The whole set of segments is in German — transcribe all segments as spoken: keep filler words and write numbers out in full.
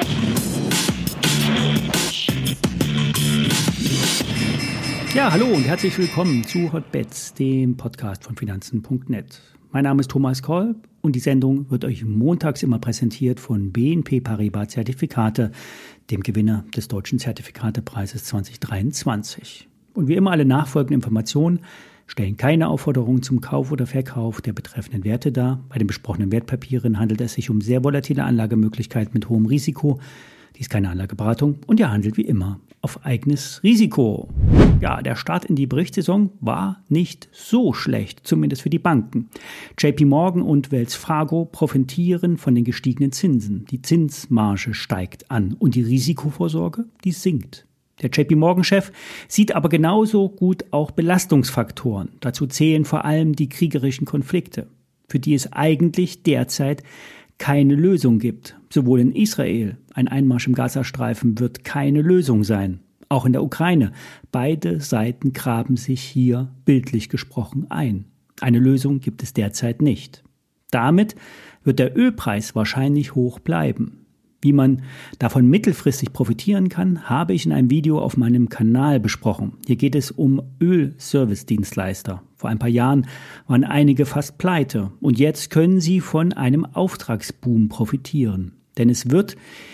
Ja, hallo und herzlich willkommen zu Hotbets, dem Podcast von Finanzen Punkt net. Mein Name ist Thomas Kolb und die Sendung wird euch montags immer präsentiert von B N P Paribas Zertifikate, dem Gewinner des Deutschen Zertifikatepreises zwanzig dreiundzwanzig. Und wie immer alle nachfolgenden Informationen stellen keine Aufforderung zum Kauf oder Verkauf der betreffenden Werte dar. Bei den besprochenen Wertpapieren handelt es sich um sehr volatile Anlagemöglichkeiten mit hohem Risiko. Dies ist keine Anlageberatung und ihr handelt wie immer auf eigenes Risiko. Ja, der Start in die Berichtssaison war nicht so schlecht, zumindest für die Banken. J P Morgan und Wells Fargo profitieren von den gestiegenen Zinsen. Die Zinsmarge steigt an und die Risikovorsorge, die sinkt. Der J P Morgan-Chef sieht aber genauso gut auch Belastungsfaktoren. Dazu zählen vor allem die kriegerischen Konflikte, für die es eigentlich derzeit keine Lösung gibt. Sowohl in Israel, ein Einmarsch im Gazastreifen wird keine Lösung sein. Auch in der Ukraine. Beide Seiten graben sich hier bildlich gesprochen ein. Eine Lösung gibt es derzeit nicht. Damit wird der Ölpreis wahrscheinlich hoch bleiben. Wie man davon mittelfristig profitieren kann, habe ich in einem Video auf meinem Kanal besprochen. Hier geht es um Ölservice-Dienstleister. Vor ein paar Jahren waren einige fast pleite und jetzt können sie von einem Auftragsboom profitieren. Denn es wird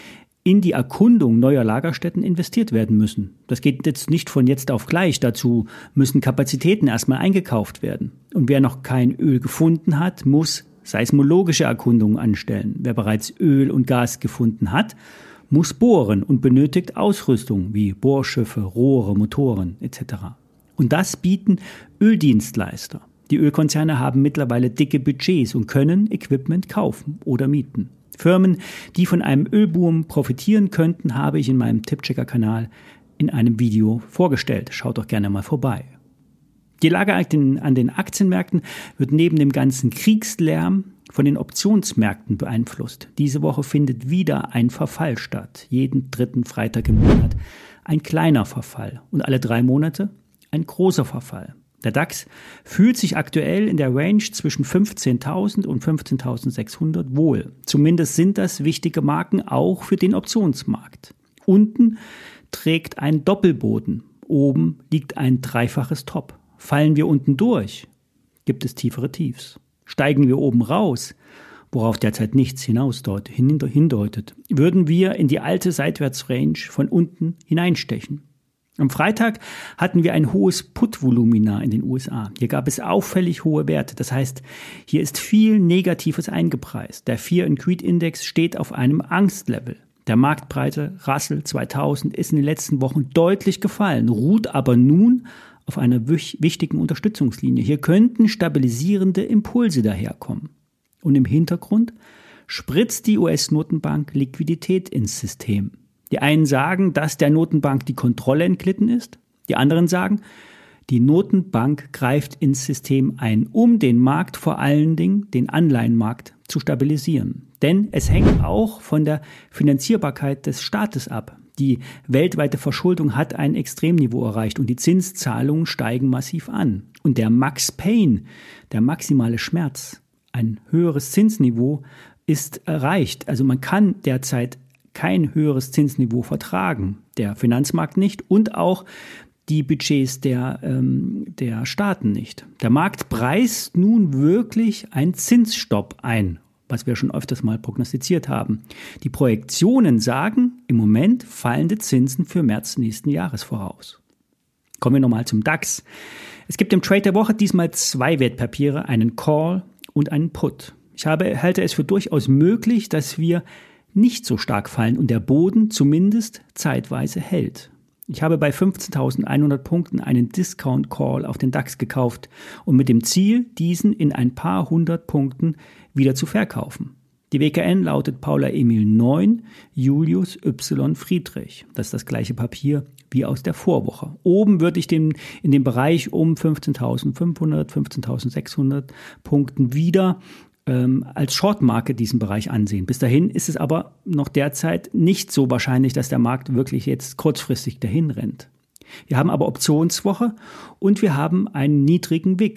in die Erkundung neuer Lagerstätten investiert werden müssen. Das geht jetzt nicht von jetzt auf gleich. Dazu müssen Kapazitäten erstmal eingekauft werden. Und wer noch kein Öl gefunden hat, muss seismologische Erkundungen anstellen. Wer bereits Öl und Gas gefunden hat, muss bohren und benötigt Ausrüstung wie Bohrschiffe, Rohre, Motoren et cetera. Und das bieten Öldienstleister. Die Ölkonzerne haben mittlerweile dicke Budgets und können Equipment kaufen oder mieten. Firmen, die von einem Ölboom profitieren könnten, habe ich in meinem Tippchecker-Kanal in einem Video vorgestellt. Schaut doch gerne mal vorbei. Die Lage an den Aktienmärkten wird neben dem ganzen Kriegslärm von den Optionsmärkten beeinflusst. Diese Woche findet wieder ein Verfall statt. Jeden dritten Freitag im Monat ein kleiner Verfall und alle drei Monate ein großer Verfall. Der DAX fühlt sich aktuell in der Range zwischen fünfzehntausend und fünfzehntausendsechshundert wohl. Zumindest sind das wichtige Marken auch für den Optionsmarkt. Unten trägt ein Doppelboden, oben liegt ein dreifaches Top. Fallen wir unten durch, gibt es tiefere Tiefs. Steigen wir oben raus, worauf derzeit nichts hinaus dort hindeutet, würden wir in die alte Seitwärtsrange von unten hineinstechen. Am Freitag hatten wir ein hohes Put-Volumina in den U S A. Hier gab es auffällig hohe Werte. Das heißt, hier ist viel Negatives eingepreist. Der Fear and Greed Index steht auf einem Angstlevel. Der marktbreite Russell zweitausend ist in den letzten Wochen deutlich gefallen, ruht aber nun auf einer wichtigen Unterstützungslinie. Hier könnten stabilisierende Impulse daherkommen. Und im Hintergrund spritzt die U S-Notenbank Liquidität ins System. Die einen sagen, dass der Notenbank die Kontrolle entglitten ist. Die anderen sagen, die Notenbank greift ins System ein, um den Markt, vor allen Dingen den Anleihenmarkt, zu stabilisieren. Denn es hängt auch von der Finanzierbarkeit des Staates ab. Die weltweite Verschuldung hat ein Extremniveau erreicht und die Zinszahlungen steigen massiv an. Und der Max Pain, der maximale Schmerz, ein höheres Zinsniveau ist erreicht. Also man kann derzeit kein höheres Zinsniveau vertragen, der Finanzmarkt nicht und auch die Budgets der, ähm, der Staaten nicht. Der Markt preist nun wirklich einen Zinsstopp ein, was wir schon öfters mal prognostiziert haben. Die Projektionen sagen im Moment fallende Zinsen für März nächsten Jahres voraus. Kommen wir nochmal zum DAX. Es gibt im Trade der Woche diesmal zwei Wertpapiere, einen Call und einen Put. Ich habe, halte es für durchaus möglich, dass wir nicht so stark fallen und der Boden zumindest zeitweise hält. Ich habe bei fünfzehntausendeinhundert Punkten einen Discount Call auf den DAX gekauft und mit dem Ziel, diesen in ein paar hundert Punkten wieder zu verkaufen. Die W K N lautet Paula Emil neun, Julius Y Friedrich. Das ist das gleiche Papier wie aus der Vorwoche. Oben würde ich den, in dem Bereich um fünfzehntausendfünfhundert, fünfzehntausendsechshundert Punkten wieder ähm, als Shortmarke diesen Bereich ansehen. Bis dahin ist es aber noch derzeit nicht so wahrscheinlich, dass der Markt wirklich jetzt kurzfristig dahin rennt. Wir haben aber Optionswoche und wir haben einen niedrigen W I X.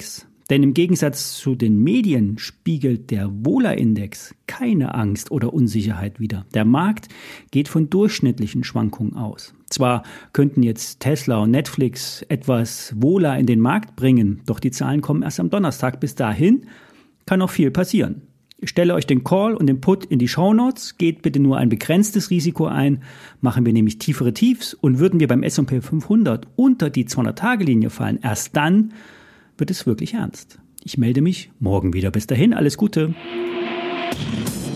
Denn im Gegensatz zu den Medien spiegelt der Wohler-Index keine Angst oder Unsicherheit wider. Der Markt geht von durchschnittlichen Schwankungen aus. Zwar könnten jetzt Tesla und Netflix etwas Wohler in den Markt bringen, doch die Zahlen kommen erst am Donnerstag. Bis dahin kann noch viel passieren. Ich stelle euch den Call und den Put in die Shownotes. Geht bitte nur ein begrenztes Risiko ein. Machen wir nämlich tiefere Tiefs und würden wir beim S und P fünfhundert unter die zweihundert-Tage-Linie fallen, erst dann wird es wirklich ernst. Ich melde mich morgen wieder. Bis dahin, alles Gute.